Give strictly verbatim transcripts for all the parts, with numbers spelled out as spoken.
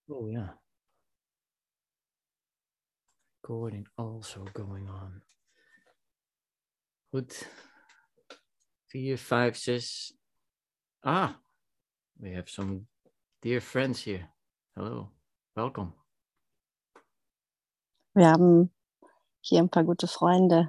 Oh, yeah. Recording also going on. Goed. Vier, five, zes. Ah, we have some dear friends here. Hello, welcome. Wir haben hier ein paar gute Freunde.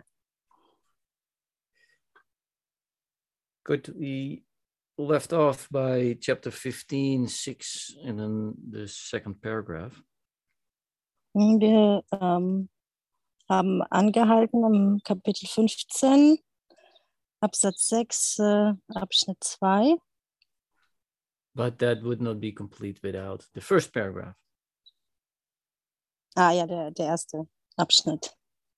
Good. We left off by chapter fifteen, six, and then the second paragraph. Wir ähm, haben angehalten im Kapitel fünfzehn, Absatz sechs, äh, Abschnitt zwei. But that would not be complete without the first paragraph. Ah ja, der, der erste Abschnitt.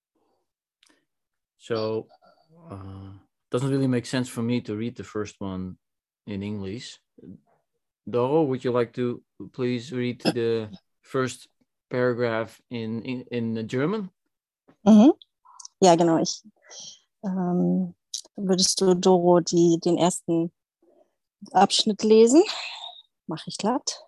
So, uh, doesn't really make sense for me to read the first one in English. Doro, would you like to please read the first paragraph in in, in German? Mhm. Ja, genau. Ich, ähm, würdest du, Doro, die, den ersten Abschnitt lesen? Mache ich glatt.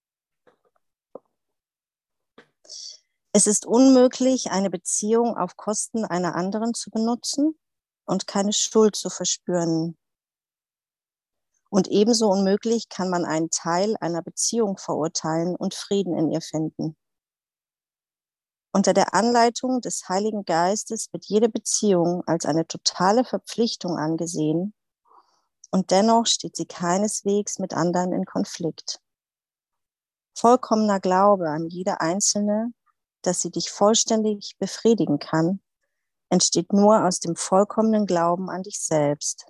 Es ist unmöglich, eine Beziehung auf Kosten einer anderen zu benutzen und keine Schuld zu verspüren. Und ebenso unmöglich kann man einen Teil einer Beziehung verurteilen und Frieden in ihr finden. Unter der Anleitung des Heiligen Geistes wird jede Beziehung als eine totale Verpflichtung angesehen und dennoch steht sie keineswegs mit anderen in Konflikt. Vollkommener Glaube an jede Einzelne, dass sie dich vollständig befriedigen kann, entsteht nur aus dem vollkommenen Glauben an dich selbst.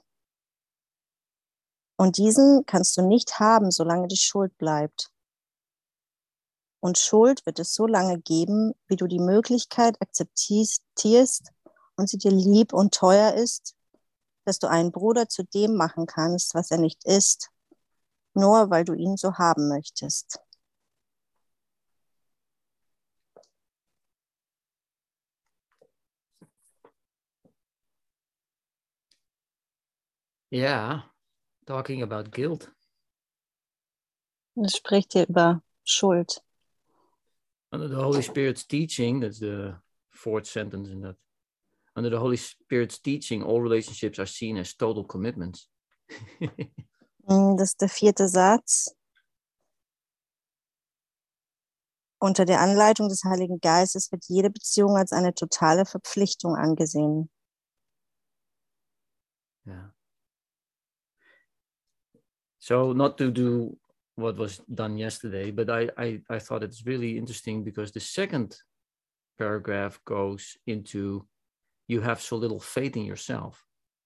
Und diesen kannst du nicht haben, solange die Schuld bleibt. Und Schuld wird es so lange geben, wie du die Möglichkeit akzeptierst und sie dir lieb und teuer ist, dass du einen Bruder zu dem machen kannst, was er nicht ist, nur weil du ihn so haben möchtest. Yeah, talking about guilt. Es spricht hier über Schuld. Under the Holy Spirit's teaching, that's the fourth sentence in that. Under the Holy Spirit's teaching, all relationships are seen as total commitments. Das ist der vierte Satz. Unter der Anleitung des Heiligen Geistes wird jede Beziehung als eine totale Verpflichtung angesehen. Yeah. So not to do what was done yesterday, but I, I, I thought it's really interesting because the second paragraph goes into you have so little faith in yourself.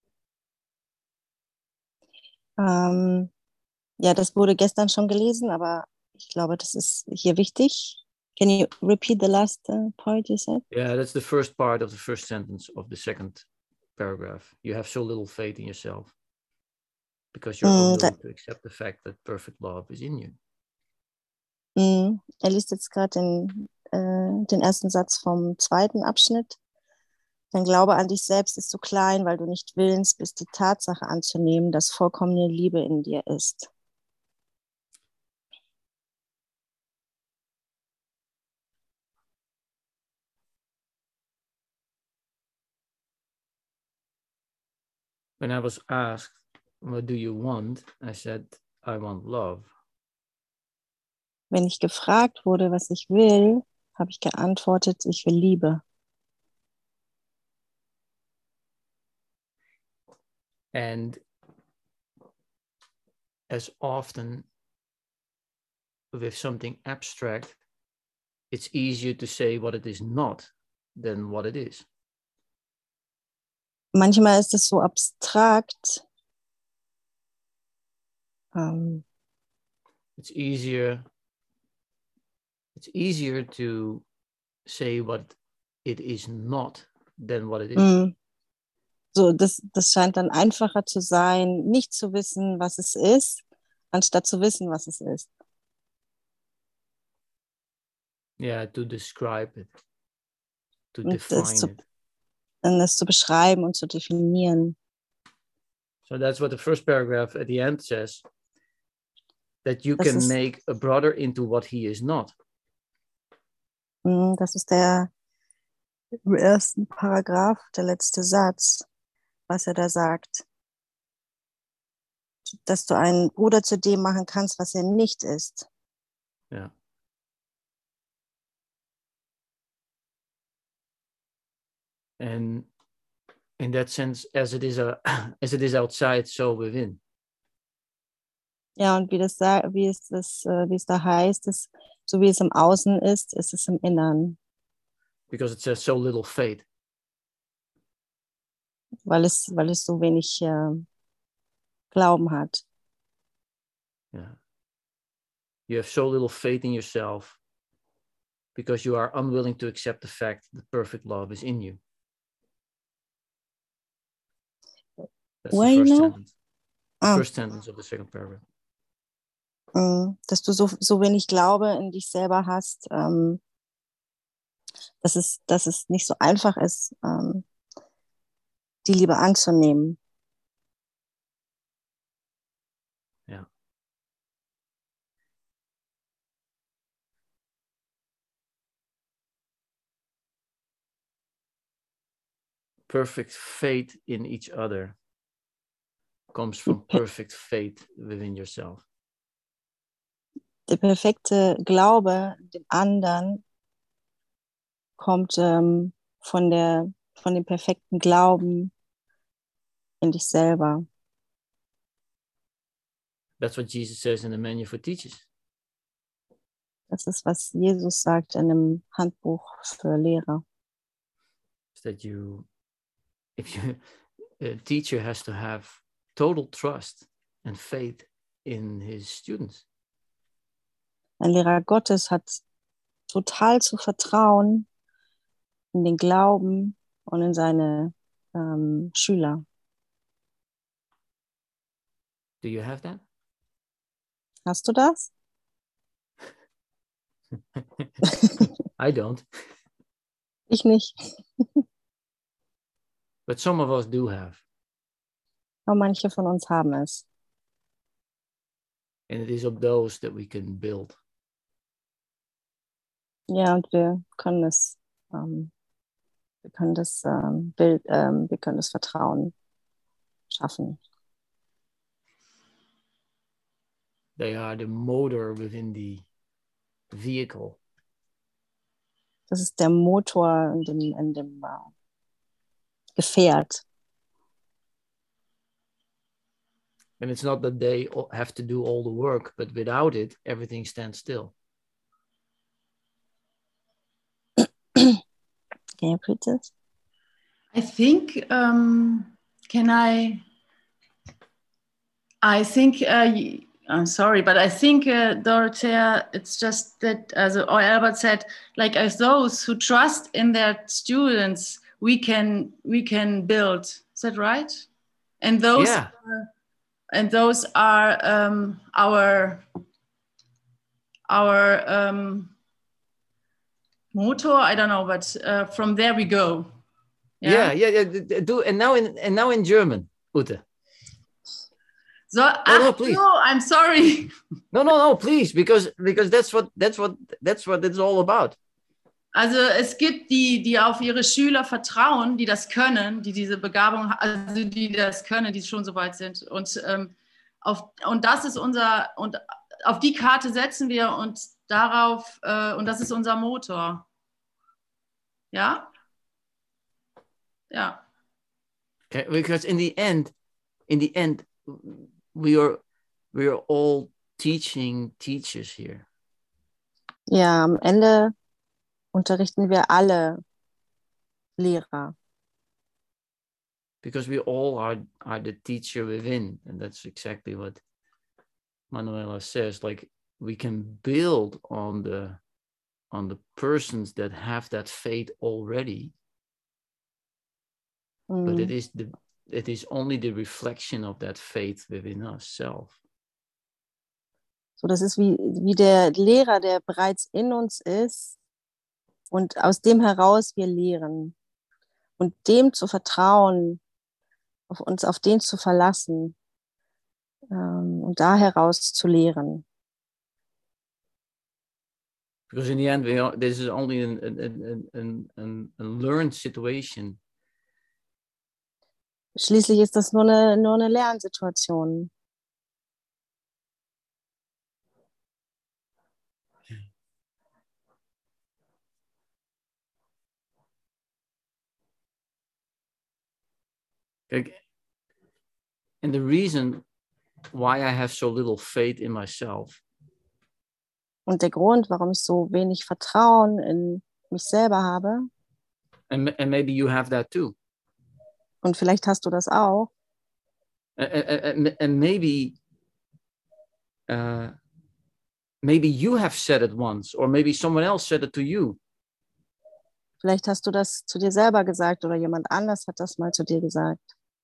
Ähm, ja, das wurde gestern schon gelesen, aber ich glaube, das ist hier wichtig. Can you repeat the last uh, point you said? Yeah, that's the first part of the first sentence of the second paragraph. You have so little faith in yourself because you're Mm, unwilling da, to accept the fact that perfect love is in you. mm, er liest jetzt gerade den, äh, den ersten Satz vom zweiten Abschnitt. Dein Glaube an dich selbst ist so klein, weil du nicht willens bist, die Tatsache anzunehmen, dass vollkommene Liebe in dir ist. When I was asked, what do you want? I said, I want love. Wenn ich gefragt wurde, was ich will, habe ich geantwortet, ich will Liebe. And as often with something abstract, it's easier to say what it is not than what it is. Manchmal ist es so abstrakt. Ähm, It's easier. It's easier to say what it is not than what it is. mm, so, das, das scheint dann einfacher zu sein, nicht zu wissen, was es ist, anstatt zu wissen, was es ist. Yeah, to describe it, to Und das define zu, it. das zu beschreiben und zu definieren. So that's what the first paragraph at the end says, that you Das can ist, make a brother into what he is not. Das ist der im ersten Paragraph, der letzte Satz, was er da sagt. Dass du einen Bruder zu dem machen kannst, was er nicht ist. Ja. And in that sense, as it is a, as it is outside, so within. Ja, und wie das wie es das, wie es da heißt, ist, so wie es im Außen ist, ist es im Innern. Because it says so little faith. Weil es, weil es so wenig äh, Glauben hat. Yeah. You have so little faith in yourself because you are unwilling to accept the fact that perfect love is in you. That's Why, the first you know? sentence. The ah. first sentence of the second paragraph. Dass du so, so wenig Glaube in dich selber hast, ähm, dass es, dass es nicht so einfach ist, ähm, die Liebe anzunehmen. Ja. Perfect faith in each other comes from perfect faith within yourself. Der perfekte Glaube dem anderen kommt ähm, von der, von dem perfekten Glauben in dich selber. That's what Jesus says in the Manual for Teachers. Das ist, was Jesus sagt in dem Handbuch für Lehrer. That you, if you, a teacher has to have total trust and faith in his students. Ein Lehrer Gottes hat total zu vertrauen in den Glauben und in seine ähm, Schüler. Do you have that? Hast du das? I don't. Ich nicht. But some of us do have. Aber manche von uns haben es. And it is of those that we can build. Ja, und wir können es, ähm, wir können das ähm, Bild, ähm, wir können das Vertrauen schaffen. They are the motor within the vehicle. Das ist der Motor in dem, in dem uh, Gefährt. And it's not that they have to do all the work, but without it, everything stands still. Can you repeat this? I think, um, can I, I think, uh, I'm sorry, but I think, uh, Dorothea, it's just that, as or Albert said, like as those who trust in their students, we can, we can build. Is that right? And those, Yeah. are, and those are um, our, our um, motor. I don't know, but uh, from there we go. Yeah, yeah, yeah. yeah do and now in and now in German, Ute. So, no, ach, no, please. No, I'm sorry. No, no, no, please, because because that's what that's what that's what it's all about. Also es gibt die, die auf ihre Schüler vertrauen, die das können, die diese Begabung, also die das können, die schon so weit sind. Und ähm, auf und das ist unser und auf die Karte setzen wir und darauf äh, und das ist unser Motor. Ja, ja. Okay, because in the end, in the end, we are we are all teaching teachers here. Ja, am Ende unterrichten wir alle Lehrer. Because we all are are the teacher within, and that's exactly what Manuela says. Like we can build on the on the persons that have that faith already. Mm. But it is the it is only the reflection of that faith within us self. So, das ist wie, wie der Lehrer, der bereits in uns ist und aus dem heraus wir lehren. Und dem zu vertrauen, auf uns, auf den zu verlassen ähm, und da heraus zu lehren. Because in the end, we are, this is only an, an, an, an, a learned situation. Schließlich ist das nur eine, nur eine Lernsituation. And the reason why I have so little faith in myself. Und der Grund, warum ich so wenig Vertrauen in mich selber habe. And, and maybe you have that too. Und vielleicht hast du das auch. And, and, and maybe, uh, maybe you have said it once, or maybe someone else said it to you. Vielleicht hast du das zu dir selber gesagt oder jemand anders hat das mal zu dir gesagt.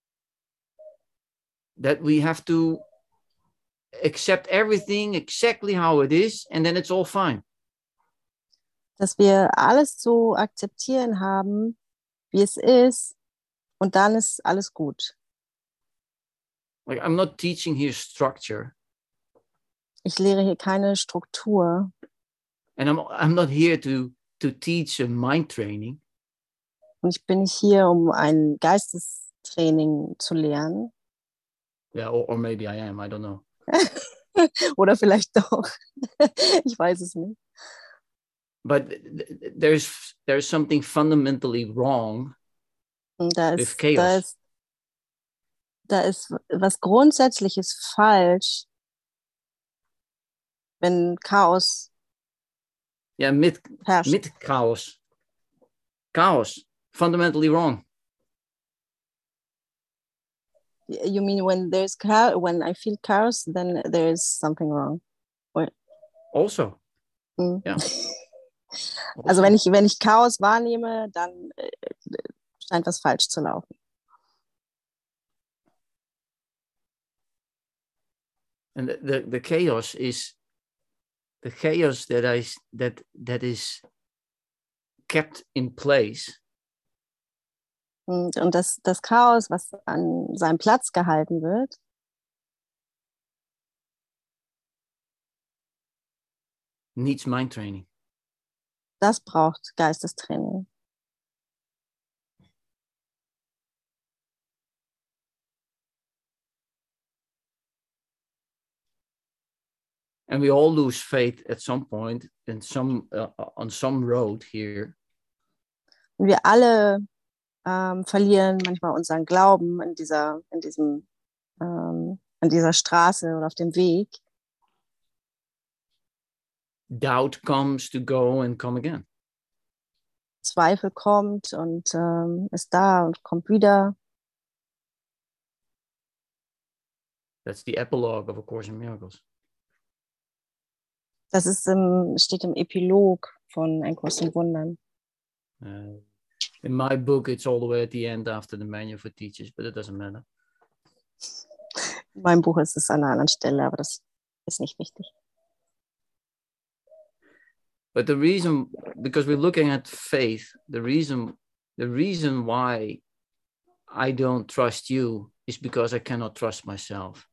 That we have to accept everything exactly how it is, and then it's all fine. Dass wir alles zu akzeptieren haben, wie es ist, und dann ist alles gut. Like, I'm not teaching here structure. Ich lehre hier keine Struktur. And I'm I'm not here to to teach a mind training. Und ich bin nicht hier, um ein Geistestraining zu lehren. Yeah, or, or maybe I am, I don't know. Oder vielleicht doch. Ich weiß es nicht. But there's there's something fundamentally wrong da ist, with chaos. Da ist, da ist was Grundsätzliches falsch, wenn Chaos Yeah, mit, herrscht. mit Chaos. Chaos, fundamentally wrong. You mean when there's chaos, when I feel chaos, then there is something wrong. Or, also, mm. yeah. Also wenn ich, wenn ich Chaos wahrnehme, dann äh, scheint was falsch zu laufen. And the, the, the chaos is the chaos that I that that is kept in place. Und, und das, das Chaos, was an seinem Platz gehalten wird, needs mind training. Das braucht Geistestraining. And we all lose faith at some point in some uh, on some road here. Und wir alle ähm, verlieren manchmal unseren Glauben in dieser, in diesem, ähm, an dieser Straße oder auf dem Weg. Doubt comes to go and come again. Zweifel kommt und ähm, ist da und kommt wieder. That's the epilogue of A Course in Miracles. Das ist im, steht im Epilog von Ein Kurs in Wundern. Uh, in my book, it's all the way at the end after the manual for teachers, but it doesn't matter. In meinem Buch ist es an einer anderen Stelle, aber das ist nicht wichtig. But the reason, because we're looking at faith, the reason, the reason why I don't trust you is because I cannot trust myself.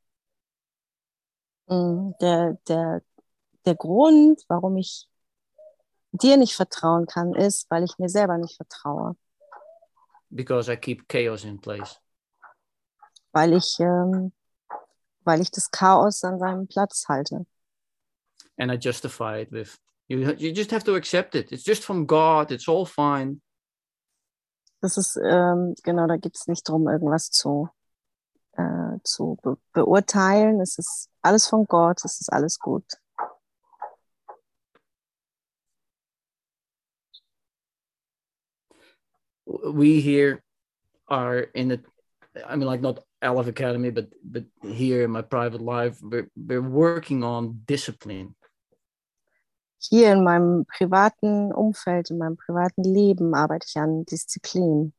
Der, der, der Grund, warum ich dir nicht vertrauen kann, ist, weil ich mir selber nicht vertraue. Because I keep chaos in place. Weil ich, ähm, weil ich das Chaos an seinem Platz halte. And I justify it with, you, you just have to accept it. It's just from God. It's all fine. Das ist, ähm, genau, da geht es nicht darum, irgendwas zu, äh, zu be beurteilen. Es ist alles von Gott, es ist alles gut. We here are in the, I mean, like not Aleph Academy, but but here in my private life, we're, we're working on discipline. Hier in meinem privaten Umfeld, in meinem privaten Leben arbeite ich an Disziplin.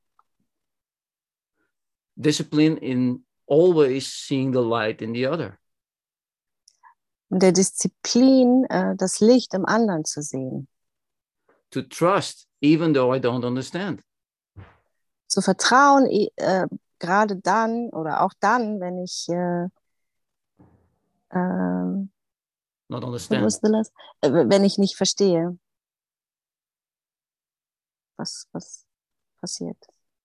Discipline in always seeing the light in the other. In der Disziplin, äh, das Licht im anderen zu sehen. To trust, even though I don't understand. Zu vertrauen, äh, gerade dann oder auch dann, wenn ich äh, äh, Not understand. äh, wenn ich nicht verstehe. was, was passiert.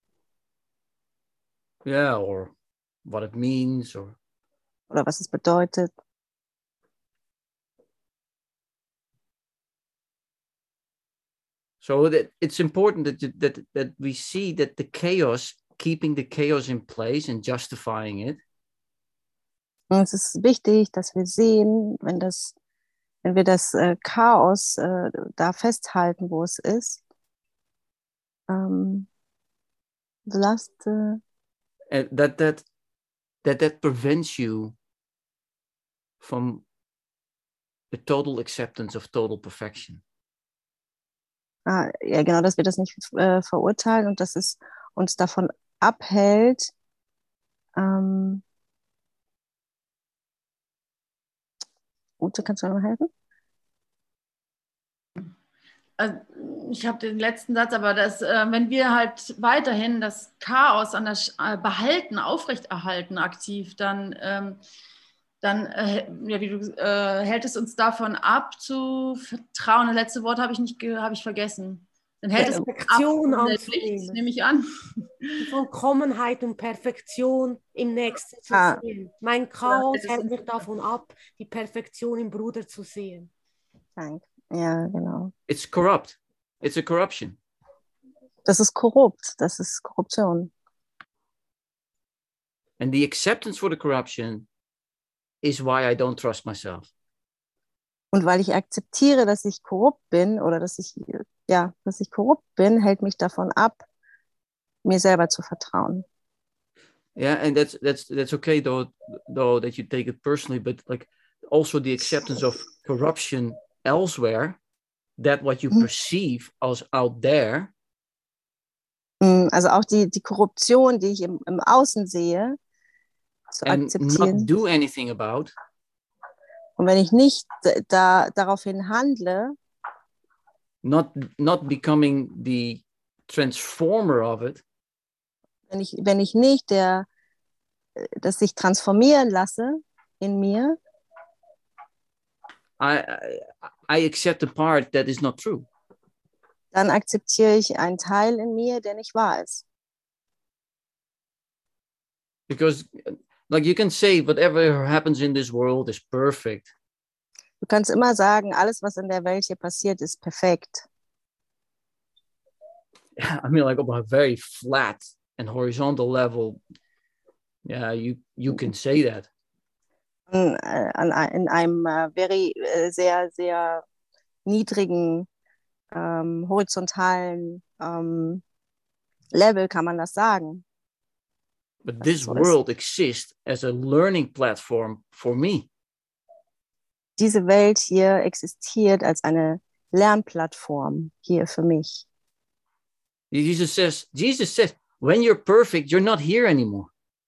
Yeah, or what it means, or Oder was es bedeutet. so that it's important that you, that that we see that the chaos, keeping the chaos in place and justifying it. Und es ist wichtig, dass wir sehen, wenn das, wenn wir das äh, Chaos äh, da festhalten, wo es ist, ähm, the last, äh, And that that that that prevents you from the total acceptance of total perfection. ah, ja genau, dass wir das nicht äh, verurteilen und dass es uns davon abhält, ähm, Ute, kannst du mir mal helfen? Also, ich habe den letzten Satz, aber das, äh, wenn wir halt weiterhin das Chaos an der Sch äh, behalten, aufrechterhalten aktiv, dann, ähm, dann äh, ja, wie du, äh, hält es uns davon ab zu vertrauen. Das letzte Wort habe ich nicht, habe ich vergessen. Dann hält es uns ab Perfektion von der Licht, anzunehmen. nehme ich an. Die Vollkommenheit und Perfektion im Nächsten zu Ah. sehen. Mein Chaos hält mich davon ab, die Perfektion im Bruder zu sehen. Danke. Ja, genau. It's corrupt. It's a corruption. Das ist korrupt, das ist Korruption. And the acceptance for the corruption is why I don't trust myself. Und weil ich akzeptiere, dass ich korrupt bin oder dass ich, ja, dass ich korrupt bin, hält mich davon ab, mir selber zu vertrauen. Yeah, and that's that's that's okay though though that you take it personally, but like also the acceptance of corruption elsewhere, that what you Mhm. perceive as out there, Also auch die, die Korruption, die ich im, im Außen sehe, zu and akzeptieren. not do anything about, Und wenn ich nicht da, daraufhin handle, not not becoming the transformer of it, wenn ich, wenn ich nicht der, das sich transformieren lasse in mir, I I, I accept the part that is not true. dann akzeptiere ich einen Teil in mir, der nicht wahr ist. Because like you can say whatever happens in this world is perfect. Du kannst immer sagen, alles, was in der Welt hier passiert, ist perfekt. I mean, like on a very flat and horizontal level, yeah, you you can say that. In, äh, in einem äh, very, äh, sehr, sehr niedrigen, ähm, horizontalen ähm, Level kann man das sagen. But this so world exists as a learning platform for me. Diese Welt hier existiert als eine Lernplattform hier für mich. Jesus says, Jesus says, when you're perfect, you're not here anymore.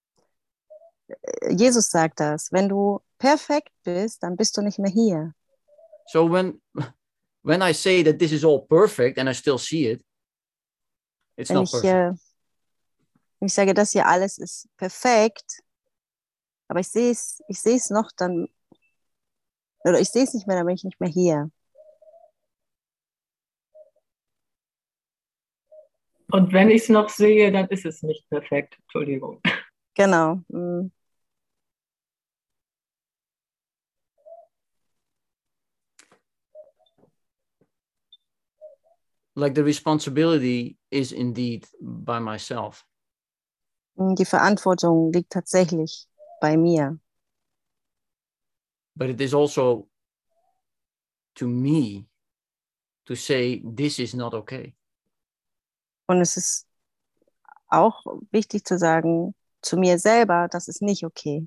Jesus sagt das. Wenn du perfekt bist, dann bist du nicht mehr hier. So when when I say that this is all perfect and I still see it, it's Wenn not ich, perfect. äh, wenn ich sage, das hier alles ist perfekt, aber ich sehe es, ich sehe es noch, dann, oder ich sehe es nicht mehr, dann bin ich nicht mehr hier. Und wenn ich es noch sehe, dann ist es nicht perfekt. Entschuldigung. Genau. Mm. Like the responsibility is indeed by myself. Die Verantwortung liegt tatsächlich bei mir. But it is also to me to say this is not okay. Und es ist auch wichtig zu sagen, zu mir selber, das ist nicht okay.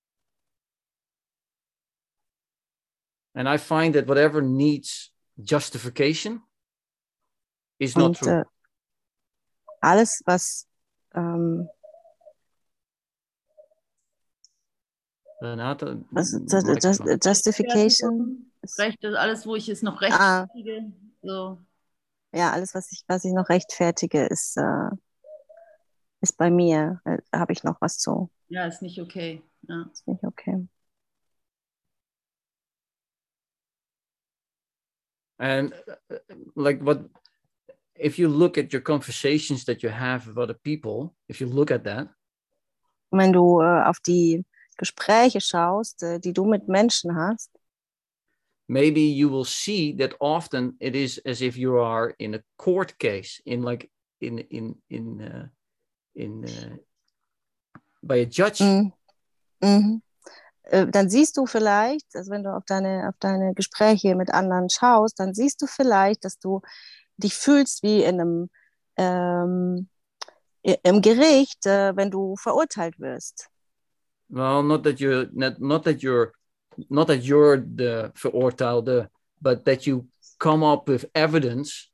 And I find that whatever needs justification is not Und true. äh, alles, was ähm, Renate, also, just, just, Justification. Recht, alles, wo ich es noch Ah. rechtfertige. So. Ja, alles, was ich, was ich noch rechtfertige, ist, äh, ist bei mir. Äh, habe ich noch was zu. Ja, ist nicht okay. Ja. Ist nicht okay. And uh, like what if you look at your conversations that you have with other people, if you look at that, Und wenn du äh, auf die Gespräche schaust, äh, die du mit Menschen hast, maybe you will see that often it is as if you are in a court case, in like in in in uh, in uh, by a judge. mm, mhm. äh, dann siehst du vielleicht, also wenn du auf deine, auf deine Gespräche mit anderen schaust, dann siehst du vielleicht, dass du dich fühlst wie in einem ähm, i- im Gericht, äh, wenn du verurteilt wirst. Well, not that you're not not that you're not that you're the verurteilde, but that you come up with evidence.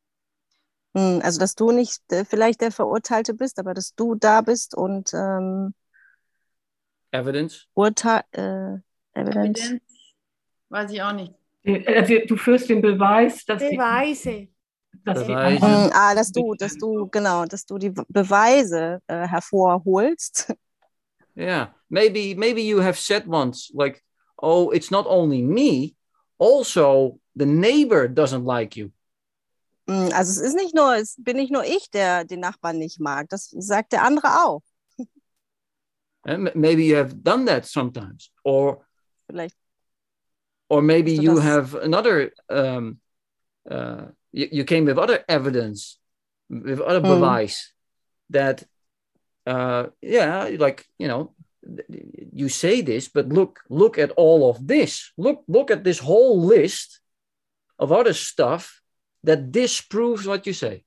Hm, Also, dass du nicht äh, vielleicht der Verurteilte bist, aber dass du da bist und ähm, Evidence. Urteil, äh, Evidence. Evidenz, weiß ich auch nicht. Also du führst den Beweis, dass die, Beweise. dass die Beweise. anderen- Hm, ah, dass du, dass du, genau, dass du die Beweise äh, hervorholst. Yeah, maybe maybe you have said once like, oh, it's not only me, also the neighbor doesn't like you. Hm, Also es ist nicht nur, es bin nicht nur ich, der den Nachbarn nicht mag. Das sagt der andere auch. And m- maybe you have done that sometimes, or Vielleicht. or maybe So you das- have another. Um, uh, you, you came with other evidence, with other Mm. beweis that, uh, yeah, like you know, th- you say this, but look, look at all of this. Look, look at this whole list of other stuff that disproves what you say.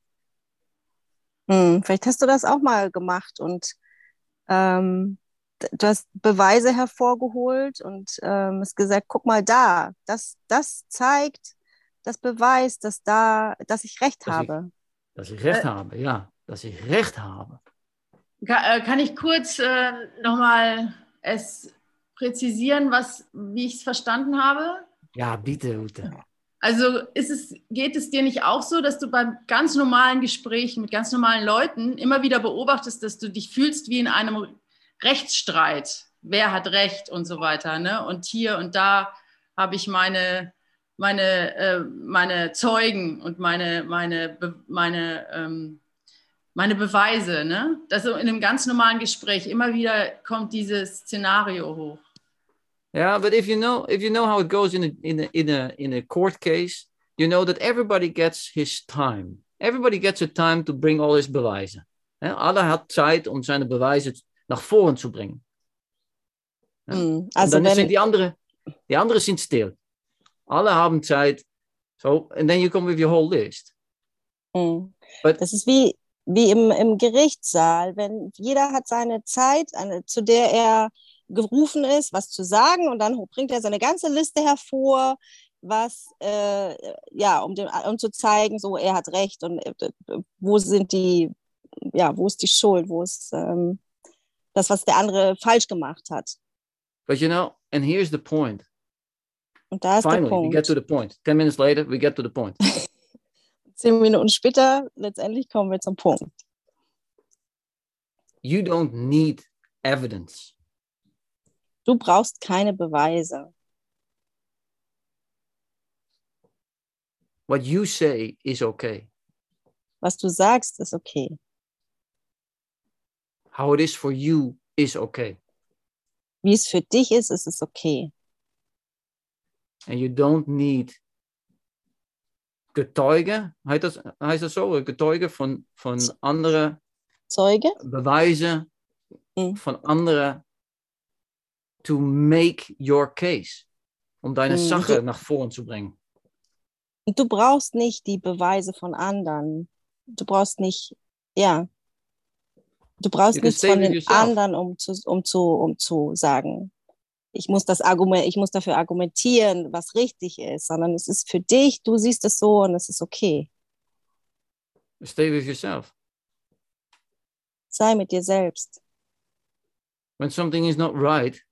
Hm, vielleicht hast du das auch mal gemacht und ähm, d- du hast Beweise hervorgeholt und ähm, hast gesagt, guck mal da, das, das zeigt, das beweist, dass da, dass ich recht Dass ich- habe. Dass ich recht Äh. habe, ja, dass ich recht habe. Ka- äh, Kann ich kurz äh, nochmal es präzisieren, was, wie ich es verstanden habe? Ja, bitte, Ute. Also ist es, geht es dir nicht auch so, dass du bei ganz normalen Gesprächen mit ganz normalen Leuten immer wieder beobachtest, dass du dich fühlst wie in einem Rechtsstreit? Wer hat Recht und so weiter, ne? Und hier und da habe ich meine, meine, äh, meine Zeugen und meine, meine, Be- meine, ähm, meine Beweise, ne? Dass so in einem ganz normalen Gespräch immer wieder kommt dieses Szenario hoch. Yeah, but if you know if you know how it goes in a in a in a in a court case, you know that everybody gets his time. Everybody gets a time to bring all his bewijzen. Ja, alle hat Zeit, um seine Beweise nach voren zu bringen. Ja. Hm, Und Also dann wenn, sind die anderen, die anderen sind still. Alle haben Zeit. So, and then you come with your whole list. hm, But das ist wie, wie im, im Gerichtssaal, wenn jeder hat seine Zeit, eine, zu der er gerufen ist, was zu sagen, und dann bringt er seine ganze Liste hervor, was, äh, ja, um, dem, um zu zeigen, so, er hat recht und äh, wo sind die, ja, wo ist die Schuld, wo ist ähm, das, was der andere falsch gemacht hat. but you know, and here's the point. Und da ist der Finally, we get Punkt. to the point. Ten minutes later, we get to the point. Zehn Minuten später, letztendlich kommen wir zum Punkt. You don't need evidence. Du brauchst keine Beweise. What you say is okay. Was du sagst, ist okay. How it is for you is okay. Wie es für dich ist, ist es okay. And you don't need Getuigen, heißt das, heißt das so? Getuigen von, von anderen Zeuge? Beweisen Mhm. von anderen to make your case. Um deine Mhm. Sache nach voren zu bringen. Und du brauchst nicht die Beweise von anderen. Du brauchst nicht, ja. Du brauchst You can nichts stay von with den yourself. anderen, um zu, um zu, um zu sagen, ich muss das Argument, ich muss dafür argumentieren, was richtig ist, sondern es ist für dich, du siehst es so und es ist okay. Stay with yourself. Sei mit dir selbst. When something is not right,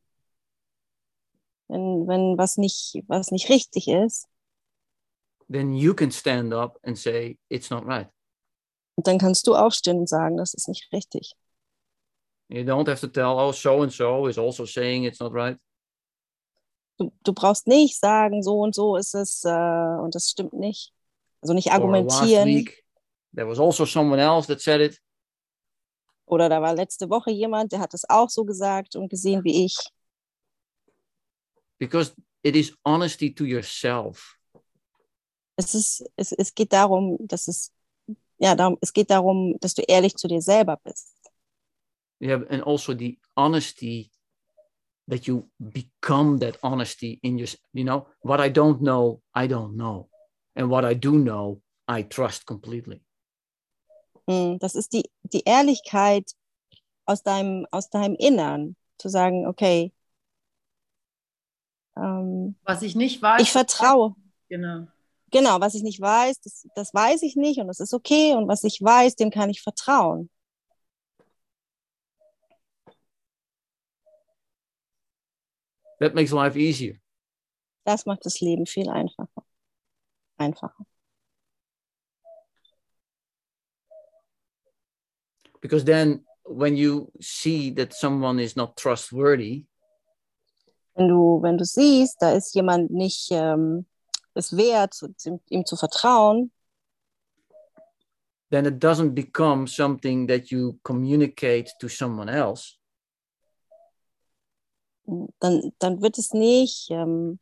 Wenn, wenn was nicht, was nicht richtig ist, then you can stand up and say, it's not right. dann kannst du aufstehen und sagen, das ist nicht richtig. You don't have to tell, oh, so-and-so is also saying it's not right. Du, du brauchst nicht sagen, so und so ist es äh, und das stimmt nicht. Also nicht Or last argumentieren. week, there was also someone else that said it. Oder da war letzte Woche jemand, der hat es auch so gesagt und gesehen wie ich. Because it is honesty to yourself. Es ist, es, es geht darum, dass es, ja, darum, es geht darum, dass du ehrlich zu dir selber bist. Yeah, and also the honesty that you become that honesty in your, you know, what I don't know, I don't know. And what I do know, I trust completely. Mm, Das ist die, die Ehrlichkeit aus deinem, aus deinem Innern, zu sagen, okay, ähm, Was ich nicht weiß. ich vertraue. Genau. Genau, was ich nicht weiß, das, das weiß ich nicht und das ist okay. Und was ich weiß, dem kann ich vertrauen. That makes life easier. Das macht das Leben viel einfacher. Einfacher. Because then when you see that someone is not trustworthy, Wenn du, wenn du siehst, da ist jemand nicht ähm, es wert, zu, ihm zu vertrauen, then it doesn't become something that you communicate to someone else. dann, dann wird es nicht, ähm,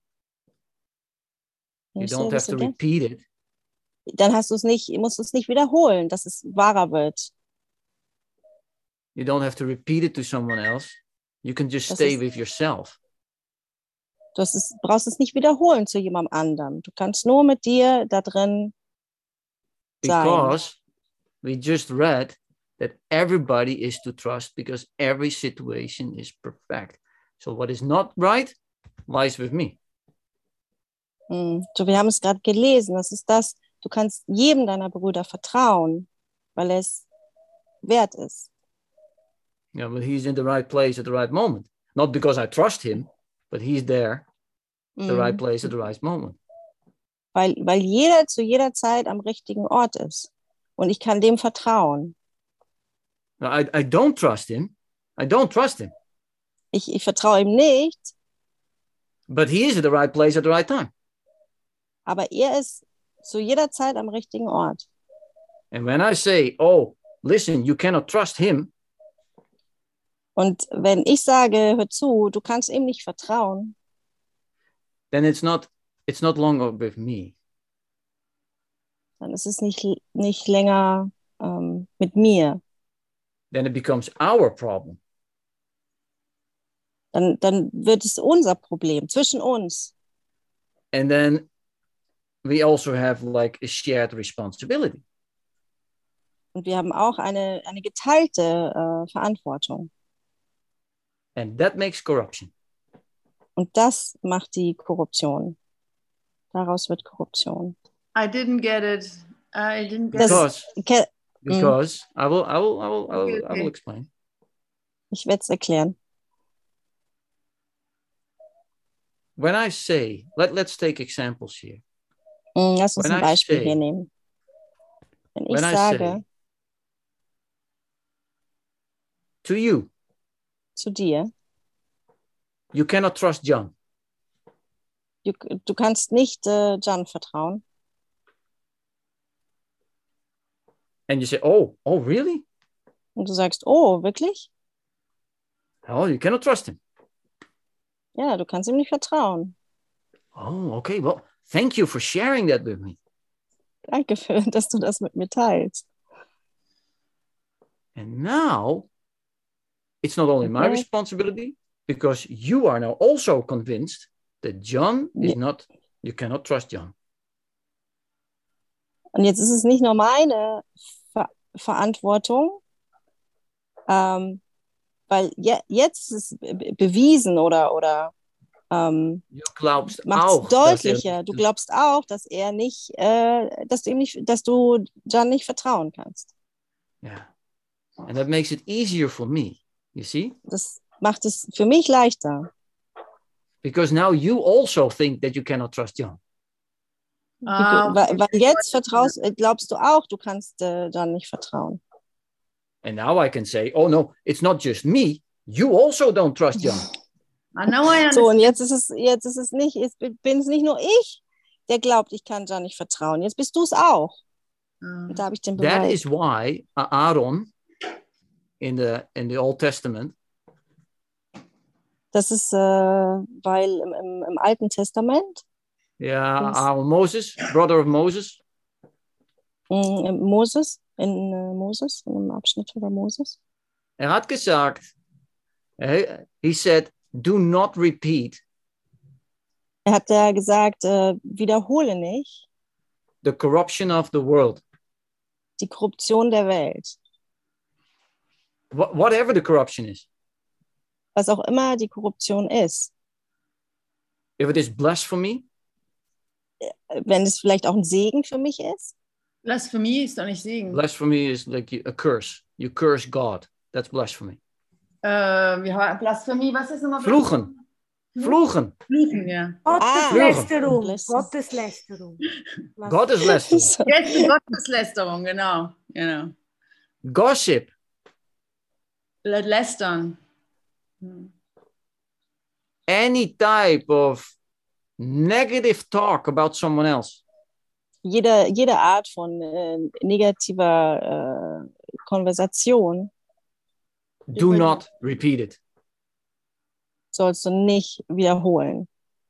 You don't have to repeat it. dann hast du es nicht, musst du es nicht wiederholen, dass es wahrer wird. You don't have to repeat it to someone else. You can just Das stay ist- with yourself. Du hast es, brauchst es nicht wiederholen zu jemandem anderen. Du kannst nur mit dir da drin sein. Because we just read that everybody is to trust because every situation is perfect. So what is not right lies with me. Hm. So, wir haben es gerade gelesen. Das ist das, du kannst jedem deiner Brüder vertrauen, weil es wert ist. Yeah, but he's in the right place at the right moment. Not because I trust him, but he's there at the Hm. right place at the right moment. Weil, weil jeder zu jeder Zeit am richtigen Ort ist. Und ich kann dem vertrauen. Now, I, I don't trust him. I don't trust him. Ich, ich vertraue ihm nicht, But he is at the right place at the right time. aber er ist zu jeder Zeit am richtigen Ort. And when I say, oh, listen, you cannot trust him, Und wenn ich sage, hör zu, du kannst ihm nicht vertrauen, then it's not it's not longer with me. dann ist es nicht, nicht länger ähm, mit mir. Then it becomes our problem. Dann, dann wird es unser Problem zwischen uns. And then we also have like a shared responsibility. Und wir haben auch eine, eine geteilte äh, Verantwortung. And that makes corruption. Und das macht die Korruption. Daraus wird Korruption. I didn't get it. I didn't get Das- it. Because Ke- because I will I will I will I will, Okay, I will okay. explain. Ich werde es erklären. When I say, let, let's take examples here. Mm, Lass uns When ein I Beispiel say- hier nehmen. Wenn ich When I sage say to you, zu dir, you cannot trust John. du, du kannst nicht äh, John vertrauen. And you say, oh, oh, really? Und du sagst, oh, wirklich? Oh, you cannot trust him. Ja, du kannst ihm nicht vertrauen. Oh, okay. Well, thank you for sharing that with me. Danke, für, dass du das mit mir teilst. And now it's not only my Okay. responsibility because you are now also convinced that John is Yeah. not, you cannot trust John. Und jetzt ist es nicht nur meine Ver Verantwortung, ähm, weil je jetzt ist es be bewiesen oder, oder ähm, Du glaubst macht auch, es dass er deutlicher. nicht- Du glaubst auch, dass er nicht, äh, dass du ihm nicht, dass du John nicht vertrauen kannst. Yeah. And that makes it easier for me, you see? Das macht es für mich leichter. Because now you also think that you cannot trust John. Ah, okay. weil, weil jetzt vertraust, äh, glaubst du auch, du kannst äh, John nicht vertrauen. And now I can say, oh no, it's not just me. You also don't trust John. I know I So, und understand. jetzt ist es, jetzt ist es nicht, es bin es nicht nur ich, der glaubt, ich kann John nicht vertrauen. Jetzt bist du es auch. Mm. Und da habe ich den That Beweis. is why uh, Aaron in the in the Old Testament, Das ist, äh, weil im, im, im Alten Testament, yeah, Yes. Aaron Moses, brother of Moses, mh, in Moses, in äh, Moses, in einem Abschnitt über Moses, er hat gesagt, he, he said, do not repeat er hat ja gesagt, äh, wiederhole nicht the corruption of the world, die Korruption der Welt. Wh- whatever the corruption is. Was auch immer die Korruption ist. If it is blasphemy, Wenn es vielleicht auch ein Segen für mich ist. Blasphemie ist doch nicht Segen. blasphemy is like you- a curse. You curse God. That's blasphemy. Äh, wir, Blasphemie, was ist nochmal? Fluchen. Fluchen. Fluchen, ja. Gotteslästerung. Lästerung. Gotteslästerung. Gotteslästerung. So. Jetzt die Gotteslästerung, genau. genau. Gossip. Lä- Lästern. Hm. Any type of negative talk about someone else. Jede, jede Art von äh, negativer äh, Konversation Do not repeat it. sollst du nicht wiederholen.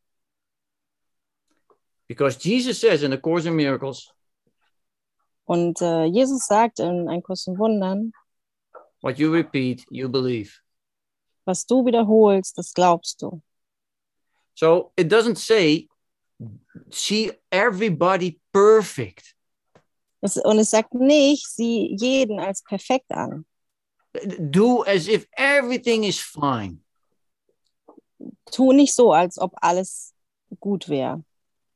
Because Jesus says in the Course in Miracles, Und äh, Jesus sagt in Ein Kurs in Wundern, what you repeat, you believe. was du wiederholst, das glaubst du. So it doesn't say, see everybody perfect. Es, und es sagt nicht, sieh jeden als perfekt an. Do as if everything is fine. Tu nicht so, als ob alles gut wäre.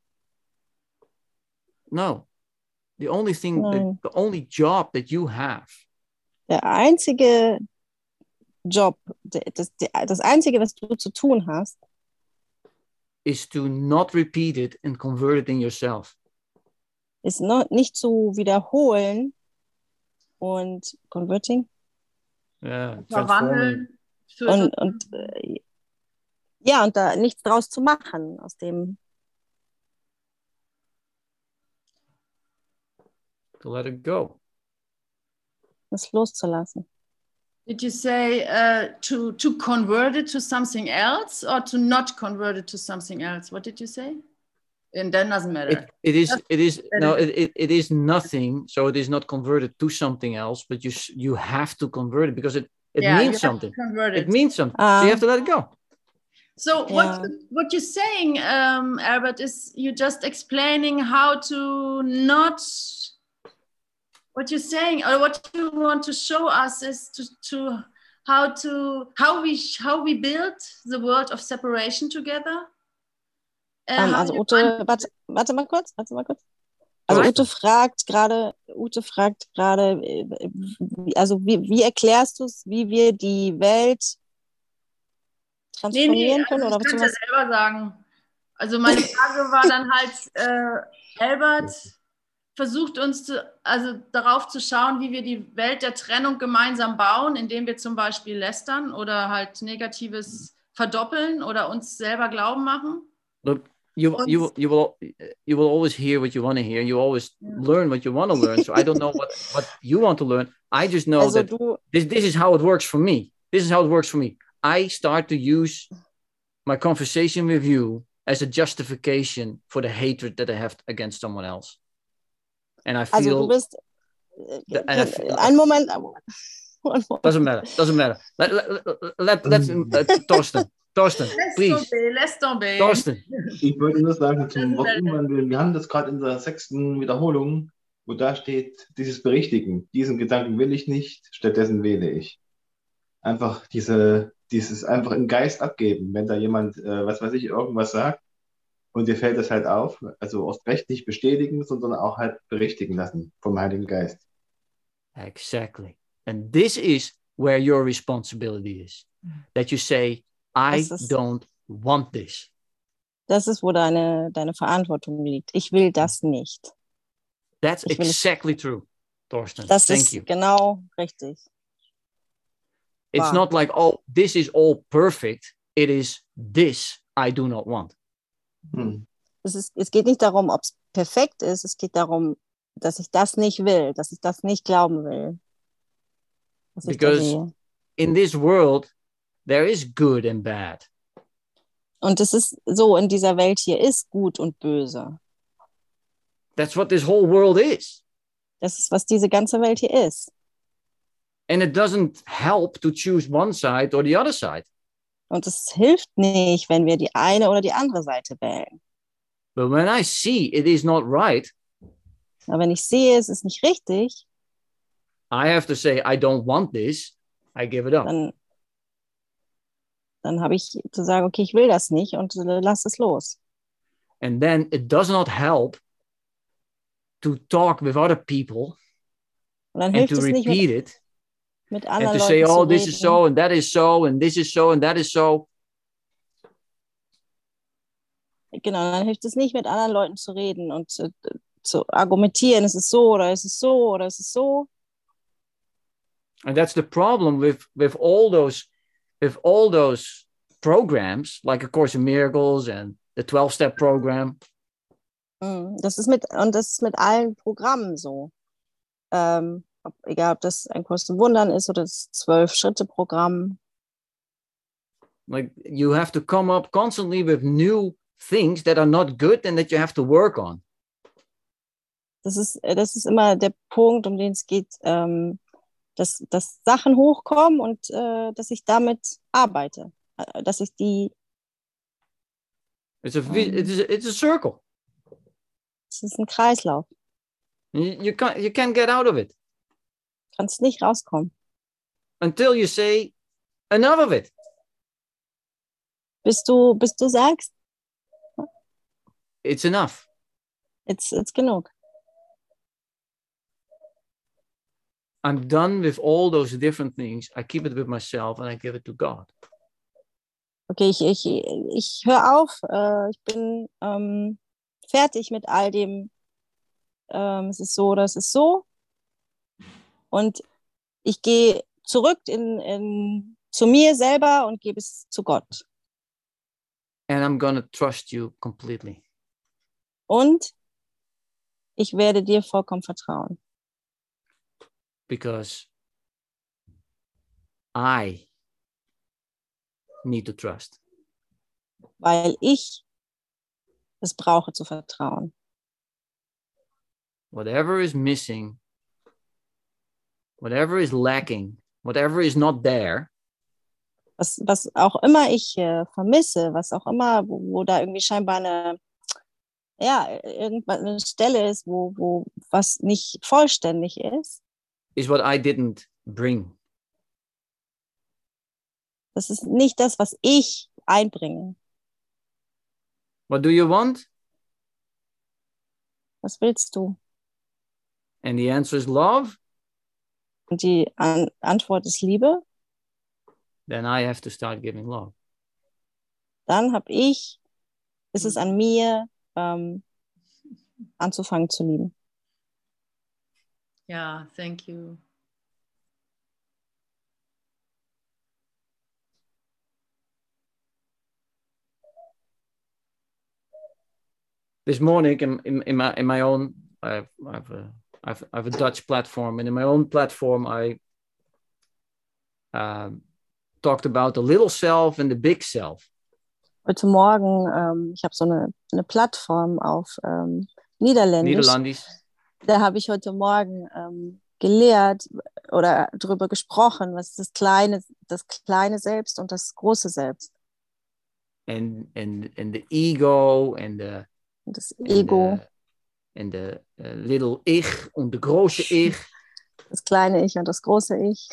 No. The only thing, the, Nein. the only job that you have Der einzige Job, der- das, der- das einzige, was du zu tun hast, is to not repeat it and convert it in yourself. ist noch nicht zu wiederholen und converting Yeah, transforming. Verwandeln. Für und, und äh, ja, und da nichts draus zu machen aus dem. To let it go. Das loszulassen. Did you say uh, to, to convert it to something else or to not convert it to something else? What did you say? And that doesn't matter. It, it is That's- it is that no is- it, it, it is nothing, so it is not converted to something else, but you s- you have to convert it because it, it yeah, you means have to something. convert It it. means something. so Ah. you have to let it go. So Yeah. what what you're saying, um, Albert, is you're just explaining how to not. What you're saying, or what you want to show us, is to, to how to how we how we build the world of separation together. Uh, Ähm, how also you Ute, warte, warte mal kurz, warte mal kurz. Also Weiter. Ute fragt gerade, Ute fragt gerade, äh, wie- also wie, wie erklärst du es, wie wir die Welt Nee, transformieren nee, können? also Oder ich kann es ja beziehungsweise, selber sagen. Also meine Frage war dann halt, äh, Albert versucht uns zu, also darauf zu schauen, wie wir die Welt der Trennung gemeinsam bauen, indem wir zum Beispiel lästern oder halt Negatives verdoppeln oder uns selber glauben machen. Look, you Und- you you will you will always hear what you want to hear. You always learn what you want to learn. So I don't know what what you want to learn. I just know also that du, this this is how it works for me. This is how it works for me. I start to use my conversation with you as a justification for the hatred that I have against someone else. And I also feel du bist, äh, the- and I feel- einen Moment, one moment. doesn't matter. Doesn't matter. Let let let let's uh, Torsten. Torsten, Laisse please. tomber, laisse tomber. Torsten. Ich wollte nur sagen zum Das ist halt- Wortumwandel, wir haben das gerade in der sechsten Wiederholung, wo da steht, dieses Berichtigen, diesen Gedanken will ich nicht, stattdessen wähle ich. Einfach diese, dieses einfach im Geist abgeben, wenn da jemand, äh, was weiß ich, irgendwas sagt und dir fällt das halt auf, also aus Recht nicht bestätigen, sondern auch halt berichtigen lassen vom Heiligen Geist. Exactly. And this is where your responsibility is. That you say, I Das ist- don't want this. Das ist, wo deine, deine Verantwortung liegt. Ich will das nicht. That's Ich will es- exactly true, Torsten. Das Thank ist you. genau richtig. It's Wow. not like, oh, this is all perfect. It is this I do not want. Hm. Es ist, es geht nicht darum, ob es perfekt ist. Es geht darum, dass ich das nicht will, dass ich das nicht glauben will. Was ich da Because sehe. in this world, there is good and bad. Und es ist so, in dieser Welt hier ist gut und böse. That's what this whole world is. Das ist, was diese ganze Welt hier ist. And it doesn't help to choose one side or the other side. Und es hilft nicht, wenn wir die eine oder die andere Seite wählen. But when I see it is not right, Aber wenn ich sehe, es ist nicht richtig, I have to say, I don't want this. I give it up. dann, dann habe ich zu sagen, okay, ich will das nicht und äh, lass es los. And then it does not help to talk with other people Und dann and hilft to es nicht, repeat mit, it mit and anderen to say, Leuten oh, zu this reden. is so and that is so and this is so and that is so. Genau, dann hilft es nicht, mit anderen Leuten zu reden und zu, zu argumentieren, es ist so oder es ist so oder es ist so. And that's the problem with, with all those with all those programs, like A Course in Miracles and the twelve-step program. Mm, Das ist mit, und das ist mit allen Programmen so. Ähm, ob, egal, ob das ein Kurs in Wundern ist oder das Zwölf-Schritte-Programm. Like you have to come up constantly with new things that are not good and that you have to work on. Das ist, äh, das ist immer der Punkt, um den es geht, ähm, dass, dass Sachen hochkommen und äh, dass ich damit arbeite. Äh, Dass ich die, It's a vi- it's a, it's a circle. es ist ein Kreislauf. You, you can't you can't get out of it Kannst nicht rauskommen. until you say enough of it. Bis du, bis du sagst, It's enough. jetzt ist genug. I'm done with all those different things. I keep it with myself and I give it to God. Okay, ich, ich, ich höre auf, äh, ich bin ähm, fertig mit all dem, ähm, es ist so oder es ist so. Und ich gehe zurück in, in, zu mir selber und gebe es zu Gott. And I'm gonna trust you completely. Und ich werde dir vollkommen vertrauen. Because I need to trust. Weil ich es brauche zu vertrauen. Whatever is missing, whatever is lacking, whatever is not there, Was, was auch immer ich äh, vermisse, was auch immer, wo, wo da irgendwie scheinbar eine, ja, irgendwann eine Stelle ist, wo, wo was nicht vollständig ist, is what I didn't bring. das ist nicht das, was ich einbringe. What do you want? Was willst du? And the answer is love. Und die An- Antwort ist Liebe. Then I have to start giving love. Dann habe ich, ist es an mir, ähm, anzufangen zu lieben. Ja, thank you. This morning, in, in, in my in my own, I have, I have a I have, I have a Dutch platform, and in my own platform, I um, talked about the little self and the big self. Heute Morgen, ähm, ich habe so eine, eine Plattform auf ähm, Niederländisch. Nederlandisch. Da habe ich heute Morgen ähm, gelehrt oder darüber gesprochen, was das kleine, das kleine Selbst und das große Selbst. And and and the ego and the Und das and Ego, the, and the uh, little ich und the große ich. das kleine Ich und das große Ich.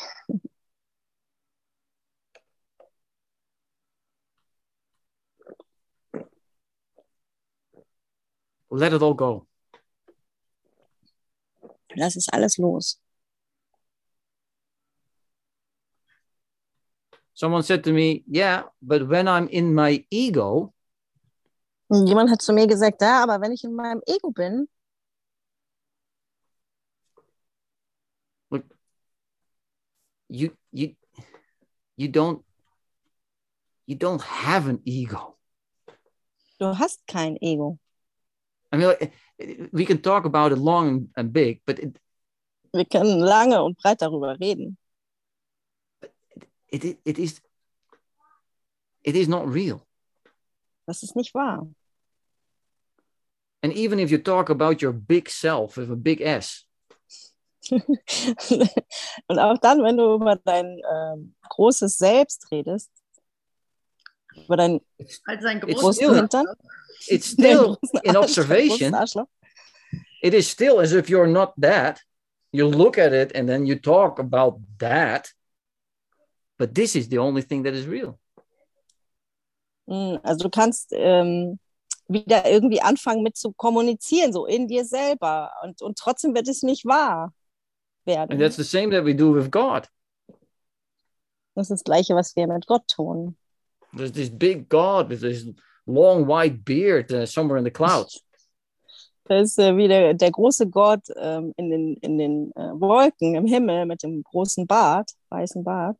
Let it all go. Lass es alles los. Someone said to me, yeah, but when I'm in my ego, Und jemand hat zu mir gesagt, ja, aber wenn ich in meinem Ego bin, you you you don't you don't have an ego. du hast kein Ego. I mean, like, we can talk about it long and, and big, but it, Wir können lange und breit darüber reden. it, it, it is it is not real. Das ist nicht wahr. And even if you talk about your big self with a big S, Und auch dann, wenn du über dein ähm, großes Selbst redest, über dein Als ein It's großen still- Hintern, it's dein still großen in Arsch, observation. dein großes Arschloch, It is still as if you're not that. You look at it and then you talk about that. But this is the only thing that is real. Mm, Also du kannst ähm, wieder irgendwie anfangen mit zu kommunizieren, so in dir selber. Und, und trotzdem wird es nicht wahr werden. And that's the same that we do with God. Das ist das Gleiche, was wir mit Gott tun. There's this big God with this long white beard uh, somewhere in the clouds. Das ist äh, wie der, der große Gott ähm, in den, in den äh, Wolken im Himmel mit dem großen Bart, weißen Bart.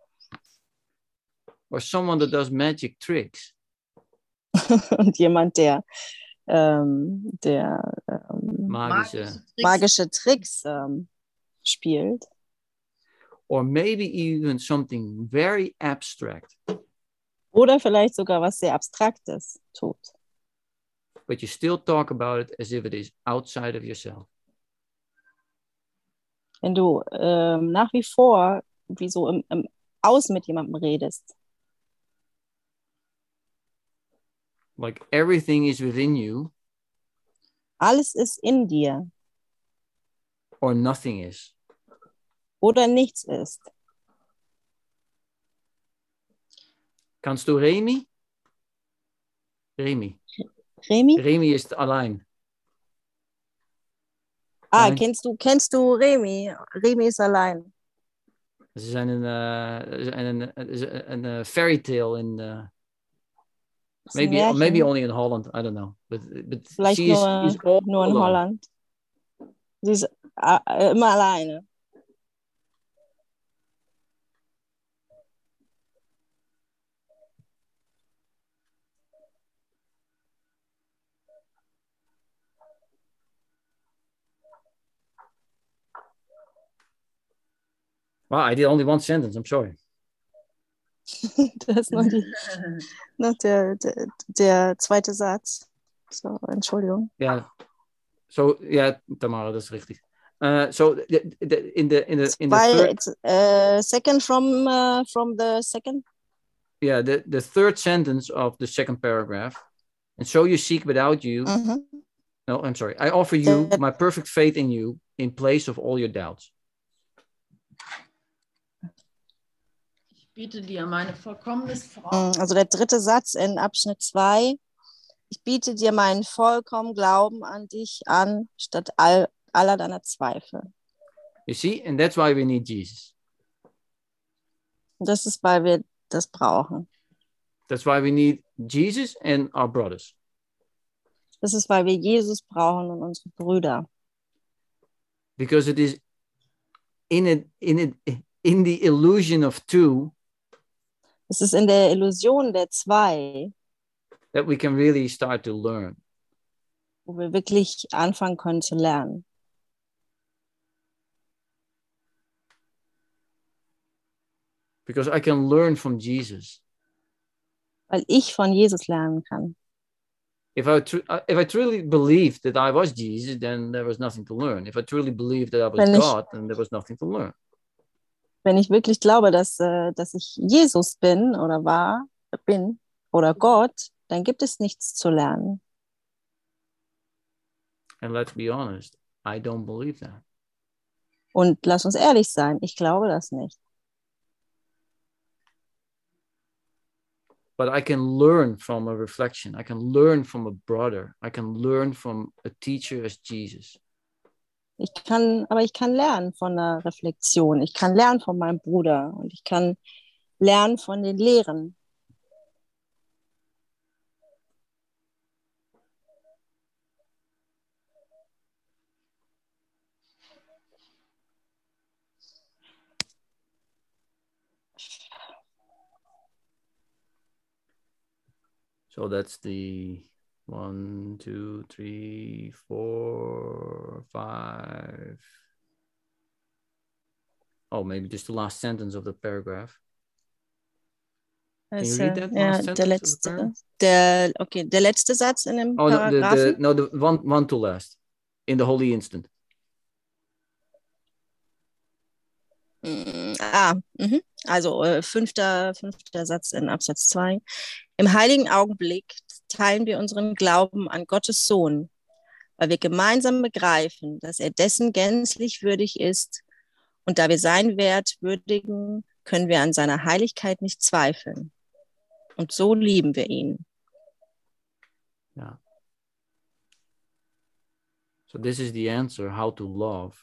Or someone that does magic tricks. Und jemand, der, ähm, der ähm, Magische. Tricks. magische Tricks ähm, spielt. Or maybe even something very abstract. Oder vielleicht sogar was sehr Abstraktes tut. But you still talk about it as if it is outside of yourself. Wenn du ähm, nach wie vor wie so im, im Außen mit jemandem redest. Like everything is within you Alles ist in dir or nothing is. oder nichts ist. Kannst du Remy? Remy. Remy? Remy ist allein. Ah, Nein. kennst du, kennst du Remy? Remy ist allein. Ze zijn een, uh, een, een, een, een fairy tale in uh, Das ist ein maybe Märchen. maybe only in Holland. I don't know, but but Vielleicht she is, nur, is all nur in alone. Holland. Sie ist äh, immer alleine. Wow, I did only one sentence. I'm sorry. Das ist nur, die, nur der, der, der zweite Satz. So, Entschuldigung. Ja, so ja, Tamara, dat is richtig. Uh, so the, the, in the in the in the Zwei, third, äh, second from, uh, from the second. yeah, the the third sentence of the second paragraph, and so you seek without you. Mhm. No, I'm sorry. I offer you my perfect faith in you in place of all your doubts. Ich biete dir meine vollkommenes Vertrauen. Also der dritte Satz in Abschnitt zwei. Ich biete dir meinen vollkommenen Glauben an dich an, statt all, aller deiner Zweifel. You see, and that's why we need Jesus. Und das ist, weil wir das brauchen. That's why we need Jesus and our brothers. Das ist, weil wir Jesus brauchen und unsere Brüder. Because it is in it in it in the illusion of two Es ist in der Illusion der zwei, that we can really start to learn. wo wir wirklich anfangen können zu lernen. Because I can learn from Jesus. Weil ich von Jesus lernen kann. If I tr- if I truly believed that I was Jesus, then there was nothing to learn. If I truly believed that I was Wenn ich- God, then there was nothing to learn. Wenn ich wirklich glaube, dass, äh, dass ich Jesus bin oder war, bin oder Gott, dann gibt es nichts zu lernen. And let's be honest, I don't believe that. Und lass uns ehrlich sein, ich glaube das nicht. But I can learn from a reflection. I can learn from a brother. I can learn from a teacher as Jesus. Ich kann, aber ich kann lernen von einer Reflexion. Ich kann lernen von meinem Bruder und ich kann lernen von den Lehren. So that's the One, two, three, four, five. Oh, maybe just the last sentence of the paragraph. Can you Also, read that ja, last der sentence of the letzte, paragraph? der, okay, der letzte Satz in dem Oh, no, the, the, Paragraphen. no, the one, one to last. In the holy instant. Mm, Ah, mhm. Also äh, fünfter, fünfter Satz in Absatz zwei. Im heiligen Augenblick teilen wir unseren Glauben an Gottes Sohn, weil wir gemeinsam begreifen, dass er dessen gänzlich würdig ist, und da wir seinen Wert würdigen, können wir an seiner Heiligkeit nicht zweifeln. Und so lieben wir ihn. Yeah. So this is the answer, how to love.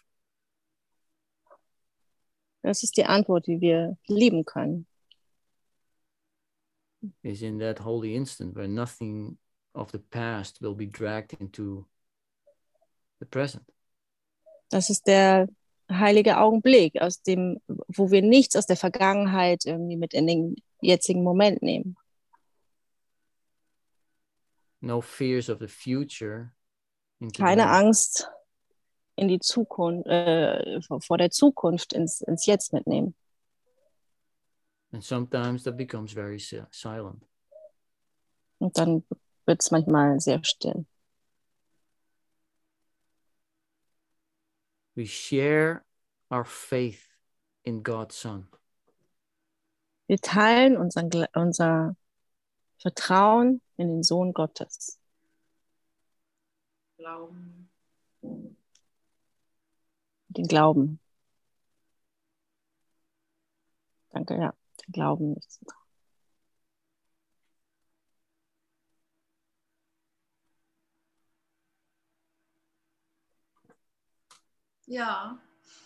Das ist die Antwort, wie wir lieben können. Is in that holy instant where nothing of the past will be dragged into the present. Das ist der heilige Augenblick, aus dem, wo wir nichts aus der Vergangenheit irgendwie mit in den jetzigen Moment nehmen. No fears of the future. Into Keine the, Angst in die Zukunft, äh, vor vor der Zukunft ins, ins Jetzt mitnehmen. and sometimes that becomes very si- silent. Und dann wird es manchmal sehr still. We share our faith in God's Son. Wir teilen unseren, Gla- unser Vertrauen in den Sohn Gottes. Glauben. Den Glauben. Danke, ja. Den Glauben nicht. Ja.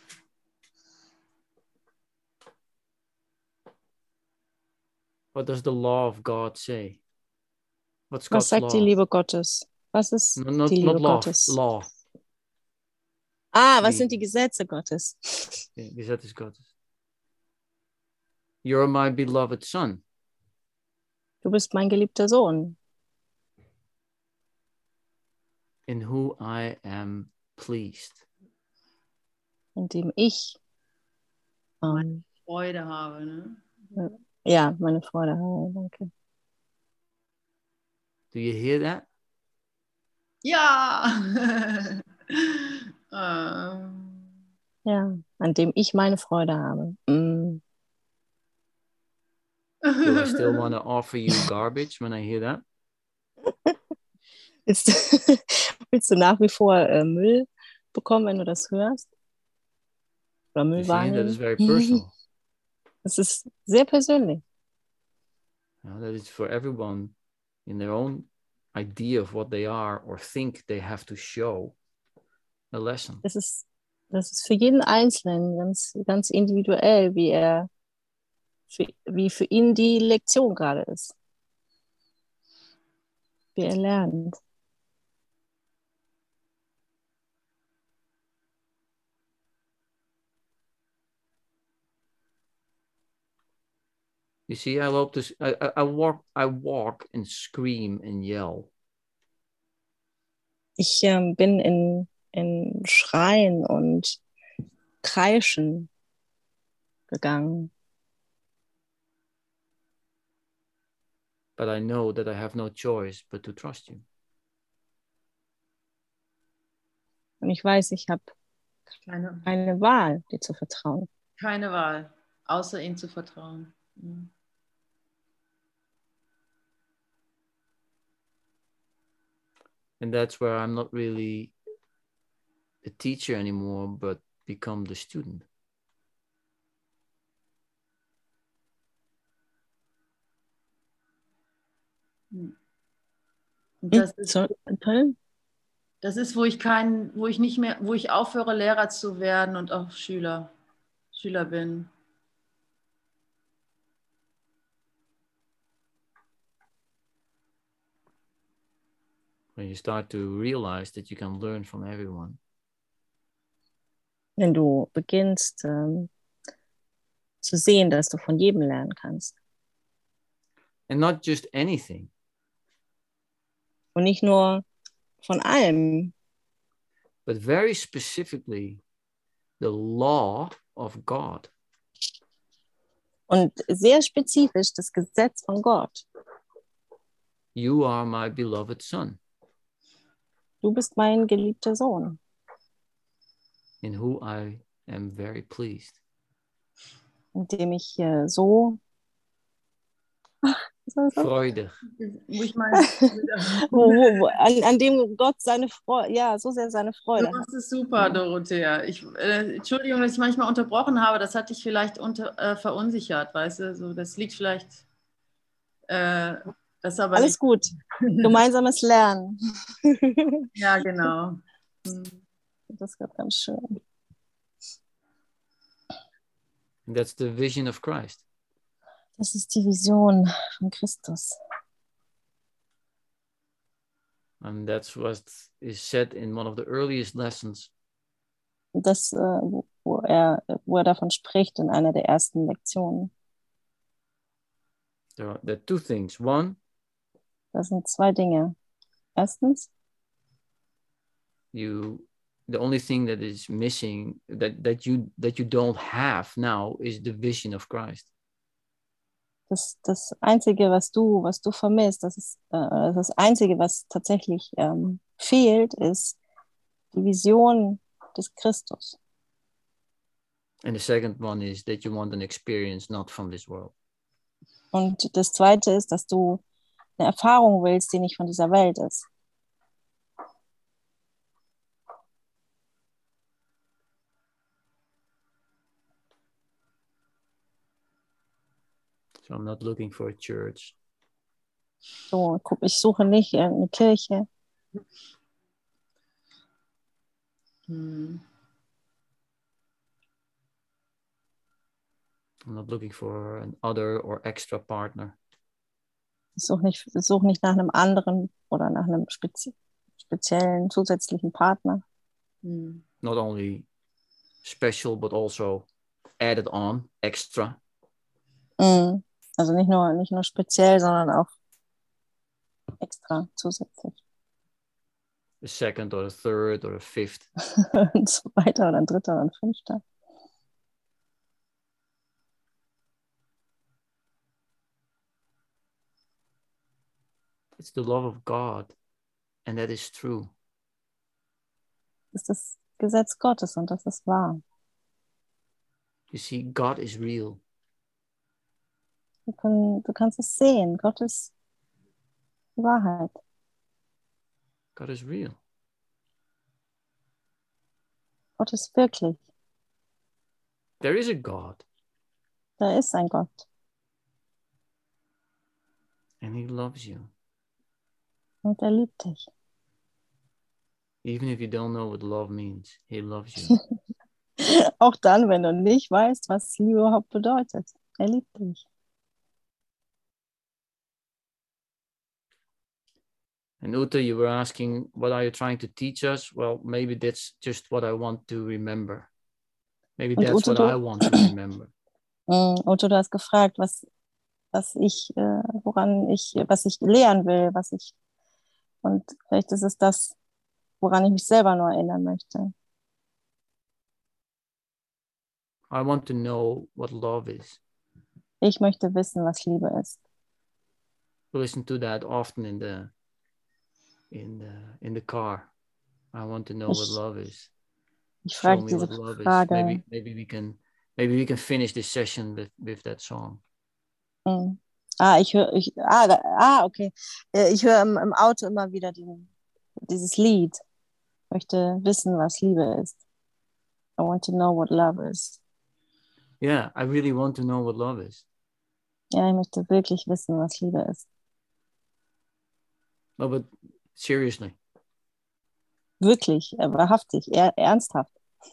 What does the law of God say? What's Was God's sagt law? die Liebe Gottes? Was ist No, not, die Liebe not law, Gottes? law. Ah, was Die- sind die Gesetze Gottes? Yeah, Gesetz is Gottes. You're my beloved son. Du bist mein geliebter Sohn, In who I am pleased. in dem ich ähm, Freude habe. Ne? ja, meine Freude habe. Danke. Do you hear that? Ja. ähm. Ja, an dem ich meine Freude habe. Mm. Do I still want to offer you garbage when I hear that? Willst, willst du nach wie vor äh, Müll bekommen, wenn du das hörst? Oder You Müll see, that is wahrnehmen? very personal. Das ist sehr persönlich. Yeah, that is for everyone in their own idea of what they are or think they have to show a lesson. Das ist, das ist für jeden Einzelnen ganz, ganz individuell, wie er, für, wie für ihn die Lektion gerade ist. Wie er lernt. You see, I love to. I, I, I walk. I walk and scream and yell. Ich ähm, bin in, in Schreien und Kreischen gegangen. But I know that I have no choice but to trust you. Und ich weiß, ich habe Keine, eine Wahl, dir zu vertrauen. keine Wahl, außer ihm zu vertrauen. Mhm. And that's where I'm not really a teacher anymore, but become the student. Und das ist, So, toll. das ist, wo ich kein, wo ich nicht mehr, wo ich aufhöre, Lehrer zu werden und auch Schüler, Schüler bin. When you start to realize that you can learn from everyone. Wenn du beginnst ähm, zu sehen, dass du von jedem lernen kannst. And not just anything. Und nicht nur von allem, but very specifically the law of God. und sehr spezifisch das Gesetz von Gott. You are my beloved son, Du bist mein geliebter Sohn, in who I am very pleased. mit dem ich äh, so, so, so Freudig. Wo ich mal, wo, wo, wo, an, an dem Gott seine Freude, ja, so sehr seine du Freude hat. machst es super, Dorothea. Ich, äh, Entschuldigung, dass ich manchmal unterbrochen habe. Das hat dich vielleicht unter, äh, verunsichert, weißt du? So, das liegt vielleicht, äh, das ist aber Alles nicht. gut, gemeinsames Lernen. Ja, genau. Hm. Das wird ganz schön. And that's the vision of Christ. Das ist die Vision von Christus. And that's what is said in one of the earliest lessons. Das, äh, wo, wo, er, wo er davon spricht in einer der ersten Lektionen. There are, there are two things. One, Das sind zwei Dinge. Erstens, you the only thing that is missing that that you that you don't have now is the vision of Christ. das, das Einzige, was du, was du vermisst, das ist äh, das Einzige, was tatsächlich ähm, fehlt, ist die Vision des Christus. And the second one is that you want an experience not from this world. Und das Zweite ist, dass du eine Erfahrung willst, die nicht von dieser Welt ist. So I'm not looking for a church. So, guck, ich suche nicht eine Kirche. Hm. I'm not looking for an other or extra partner. Ich suche nicht, ich suche nicht nach einem anderen oder nach einem spezi speziellen zusätzlichen Partner. Hm. Not only special, but also added on, extra. Mm. Also nicht nur, nicht nur speziell, sondern auch extra zusätzlich. A second or a third or a fifth. Ein zweiter oder ein dritter oder ein fünfter. It's the love of God, and that is true. Das ist das Gesetz Gottes und das ist wahr. You see, God is real. Du, kann, du kannst es sehen. Gott ist die Wahrheit. God is real. Gott ist wirklich. There is a God, Da ist ein Gott and He loves you. und er liebt dich. Even if you don't know what love means, He loves you. Auch dann, wenn du nicht weißt, was Liebe überhaupt bedeutet. Er liebt dich. And Uta, you were asking, what are you trying to teach us? Well, maybe that's just what I want to remember. Maybe Und that's Ute, what du, I want to remember. Mm, Otto, du hast gefragt, was, was ich, äh, woran ich, was ich lehren will, was ich, und vielleicht ist es das, woran ich mich selber nur erinnern möchte. I want to know what love is. Ich möchte wissen, was Liebe ist. We listen to that often in the in the in the car. I want to know what Ich, love is. ich Show frage me diese what love is. Frage. Maybe maybe we can maybe we can finish this session with with that song. Mm. Ah, ich höre, ich, ah, da, ah, okay. Äh, Ich höre im, im Auto immer wieder den, dieses Lied. Ich möchte wissen, was Liebe ist. I want to know what love is. Yeah, I really want to know what love is. Ja, ich möchte wirklich wissen, was Liebe ist. No, but seriously. Wirklich, äh, wahrhaftig, er, ernsthaft.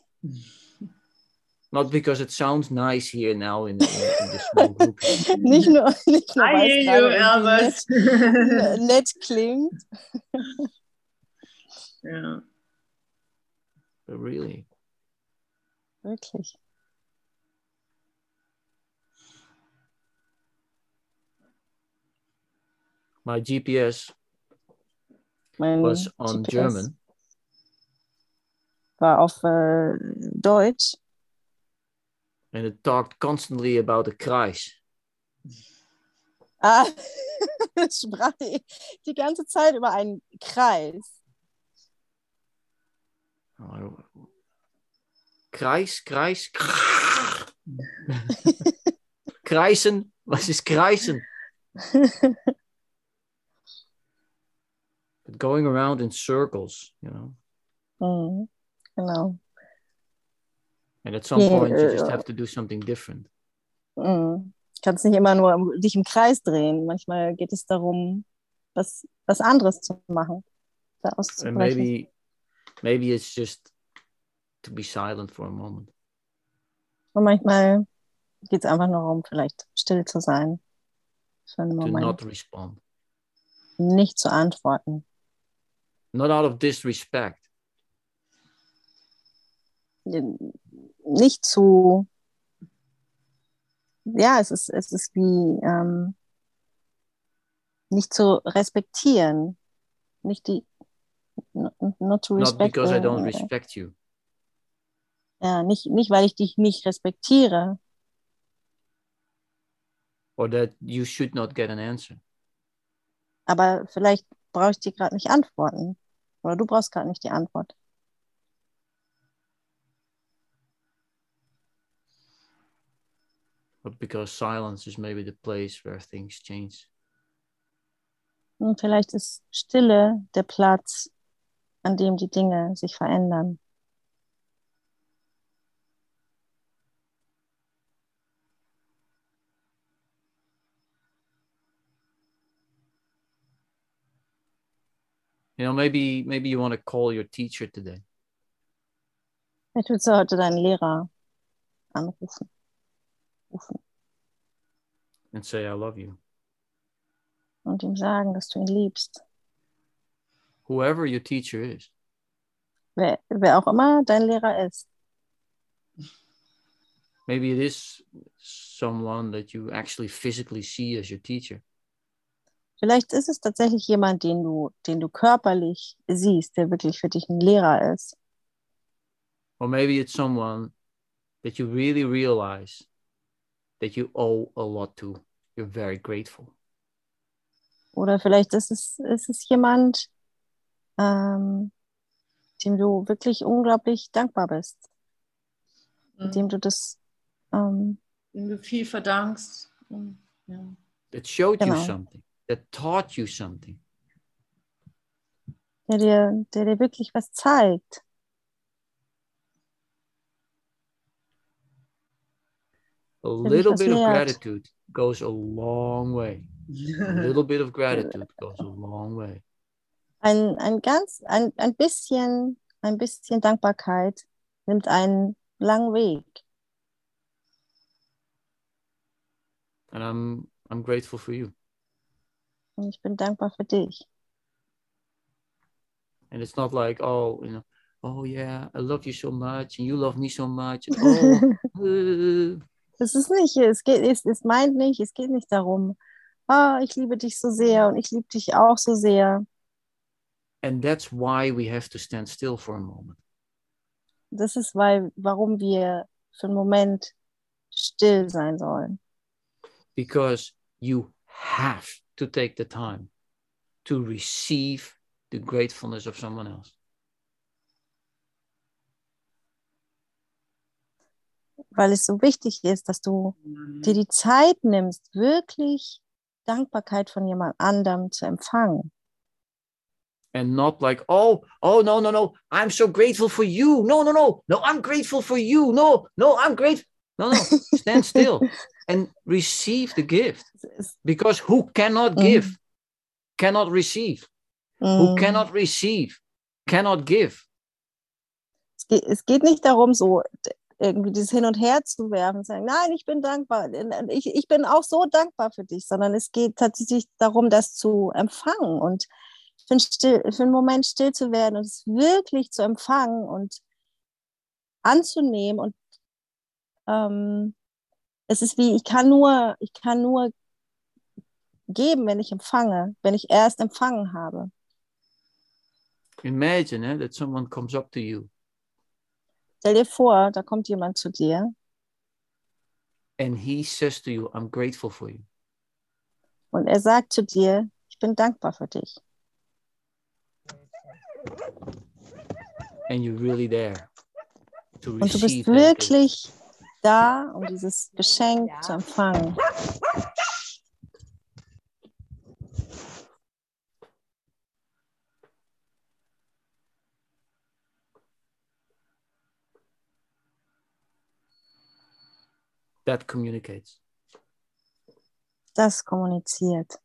Not because it sounds nice here now in, in, in this small group. Nicht nur, nicht nur I weil es hear you, gerade irgendwie nett, Albert. nett klingt. Ja. But really. Wirklich. My G P S Mein was on G P S German. war auf äh, Deutsch. And it talked constantly about the Kreis. Ah, es sprach die, die ganze Zeit über einen Kreis. Oh, Kreis, Kreis. Kreisen, was ist Kreisen? But going around in circles, you know. Mhm, genau. And at some Nee, point you äh, just have to do something different. mhm. Kannst nicht immer nur um- dich im Kreis drehen. Manchmal geht es darum, was, was anderes zu machen, da And auszubrechen. maybe maybe it's just to be silent for a moment. Und manchmal geht es einfach nur darum, vielleicht still zu sein für einen To Moment, not respond. nicht zu antworten. Not out of disrespect, Nicht zu, ja, es ist, es ist wie ähm, nicht zu respektieren, nicht die, not to not respect, because I don't äh, respect you, ja, nicht, nicht, weil ich dich nicht respektiere, or that you should not get an answer. aber vielleicht brauche ich dir gerade nicht antworten oder du brauchst gerade nicht die Antwort. But because silence is maybe the place where things change. Und vielleicht ist Stille der Platz, an dem die Dinge sich verändern. You know, maybe maybe you want to call your teacher today. Vielleicht willst du heute deinen Lehrer anrufen. Rufen And say, I love you. und ihm sagen, dass du ihn liebst. Whoever your teacher is. Wer, wer auch immer dein Lehrer ist. Maybe it is someone that you actually physically see as your teacher. Vielleicht ist es tatsächlich jemand, den du, den du körperlich siehst, der wirklich für dich ein Lehrer ist. Or maybe it's someone that you really realize that you owe a lot to. You're very grateful. Oder vielleicht ist es, ist es jemand, ähm, dem du wirklich unglaublich dankbar bist. Dem du das, ähm, Dem du viel verdankst. Und, ja. That showed Genau. you something. That taught you something. der dir, der dir wirklich was zeigt. A dich little was bit of lehrt. gratitude goes a long way. A little bit of gratitude goes a long way. Ein, ein ganz, ein, ein bisschen, ein bisschen Dankbarkeit nimmt einen langen Weg. And I'm I'm grateful for you. Und ich bin dankbar für dich. And it's not like, oh, you know, oh yeah, I love you so much and you love me so much. And, oh, uh, Es ist nicht, es geht, es, es meint nicht, es geht nicht darum, ah, ich liebe dich so sehr und ich liebe dich auch so sehr. and that's why we have to stand still for a moment. Das ist, weil, warum wir für einen Moment still sein sollen. Because you have to take the time to receive the gratefulness of someone else. Weil es so wichtig ist, dass du dir die Zeit nimmst, wirklich Dankbarkeit von jemand anderem zu empfangen. And not like, oh, oh, no, no, no, I'm so grateful for you. No, no, no, no, I'm grateful for you. No, no, I'm grateful. No, no, stand still and receive the gift. Because who cannot give, Mm. cannot receive. Mm. Who cannot receive, cannot give. Es geht, es geht nicht darum, so irgendwie dieses Hin und Her zu werfen und sagen, nein, ich bin dankbar, ich, ich bin auch so dankbar für dich, sondern es geht tatsächlich darum, das zu empfangen und für einen, still, für einen Moment still zu werden und es wirklich zu empfangen und anzunehmen. Und ähm, es ist wie, ich kann nur, ich kann nur geben, wenn ich empfange, wenn ich erst empfangen habe. Imagine eh, that someone comes up to you Stell dir vor, da kommt jemand zu dir and he says to you, I'm grateful for you. und er sagt zu dir, ich bin dankbar für dich. And you're really there to Und du bist receive that gift. wirklich da, um dieses Geschenk zu empfangen. That communicates. Das kommuniziert.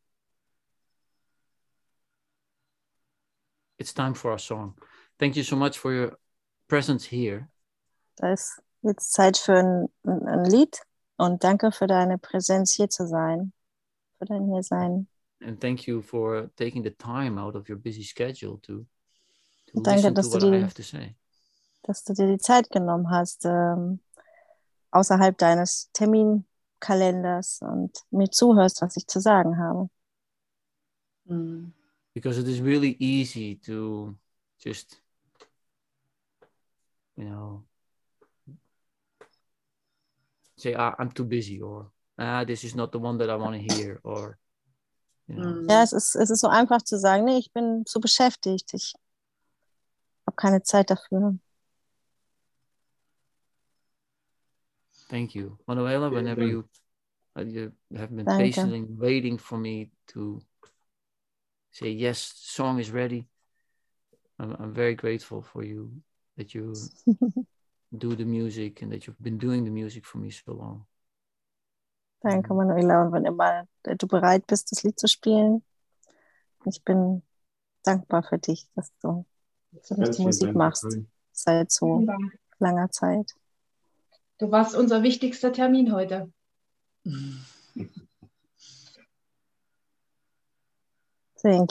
It's time for our song. Thank you so much for your presence here. Da ist jetzt Zeit für ein, ein, ein Lied und danke für deine Präsenz hier zu sein, für dein Hiersein. And thank you for taking the time out of your busy schedule to, to Danke, listen to dass du what I die- have to say. Dass du dir die Zeit genommen hast, ähm, außerhalb deines Terminkalenders und mir zuhörst, was ich zu sagen habe. Mhm. Because it is really easy to just, you know, say, ah, I'm too busy, or ah, this is not the one that I want to hear, or, you know. Mhm. Ja, es ist, es ist so einfach zu sagen, nee, ich bin zu beschäftigt, ich habe keine Zeit dafür. Thank you. Manuela, Vielen whenever Dank. you, uh, you have been Danke. patiently waiting for me to say, yes, song is ready. I'm, I'm very grateful for you that you do the music and that you've been doing the music for me so long. Danke, Manuela. Und wenn immer du bereit bist, das Lied zu spielen, ich bin dankbar für dich, dass du für mich Ganz die vielen Musik Dank. machst seit so Vielen Dank. langer Zeit. Du warst unser wichtigster Termin heute. Thank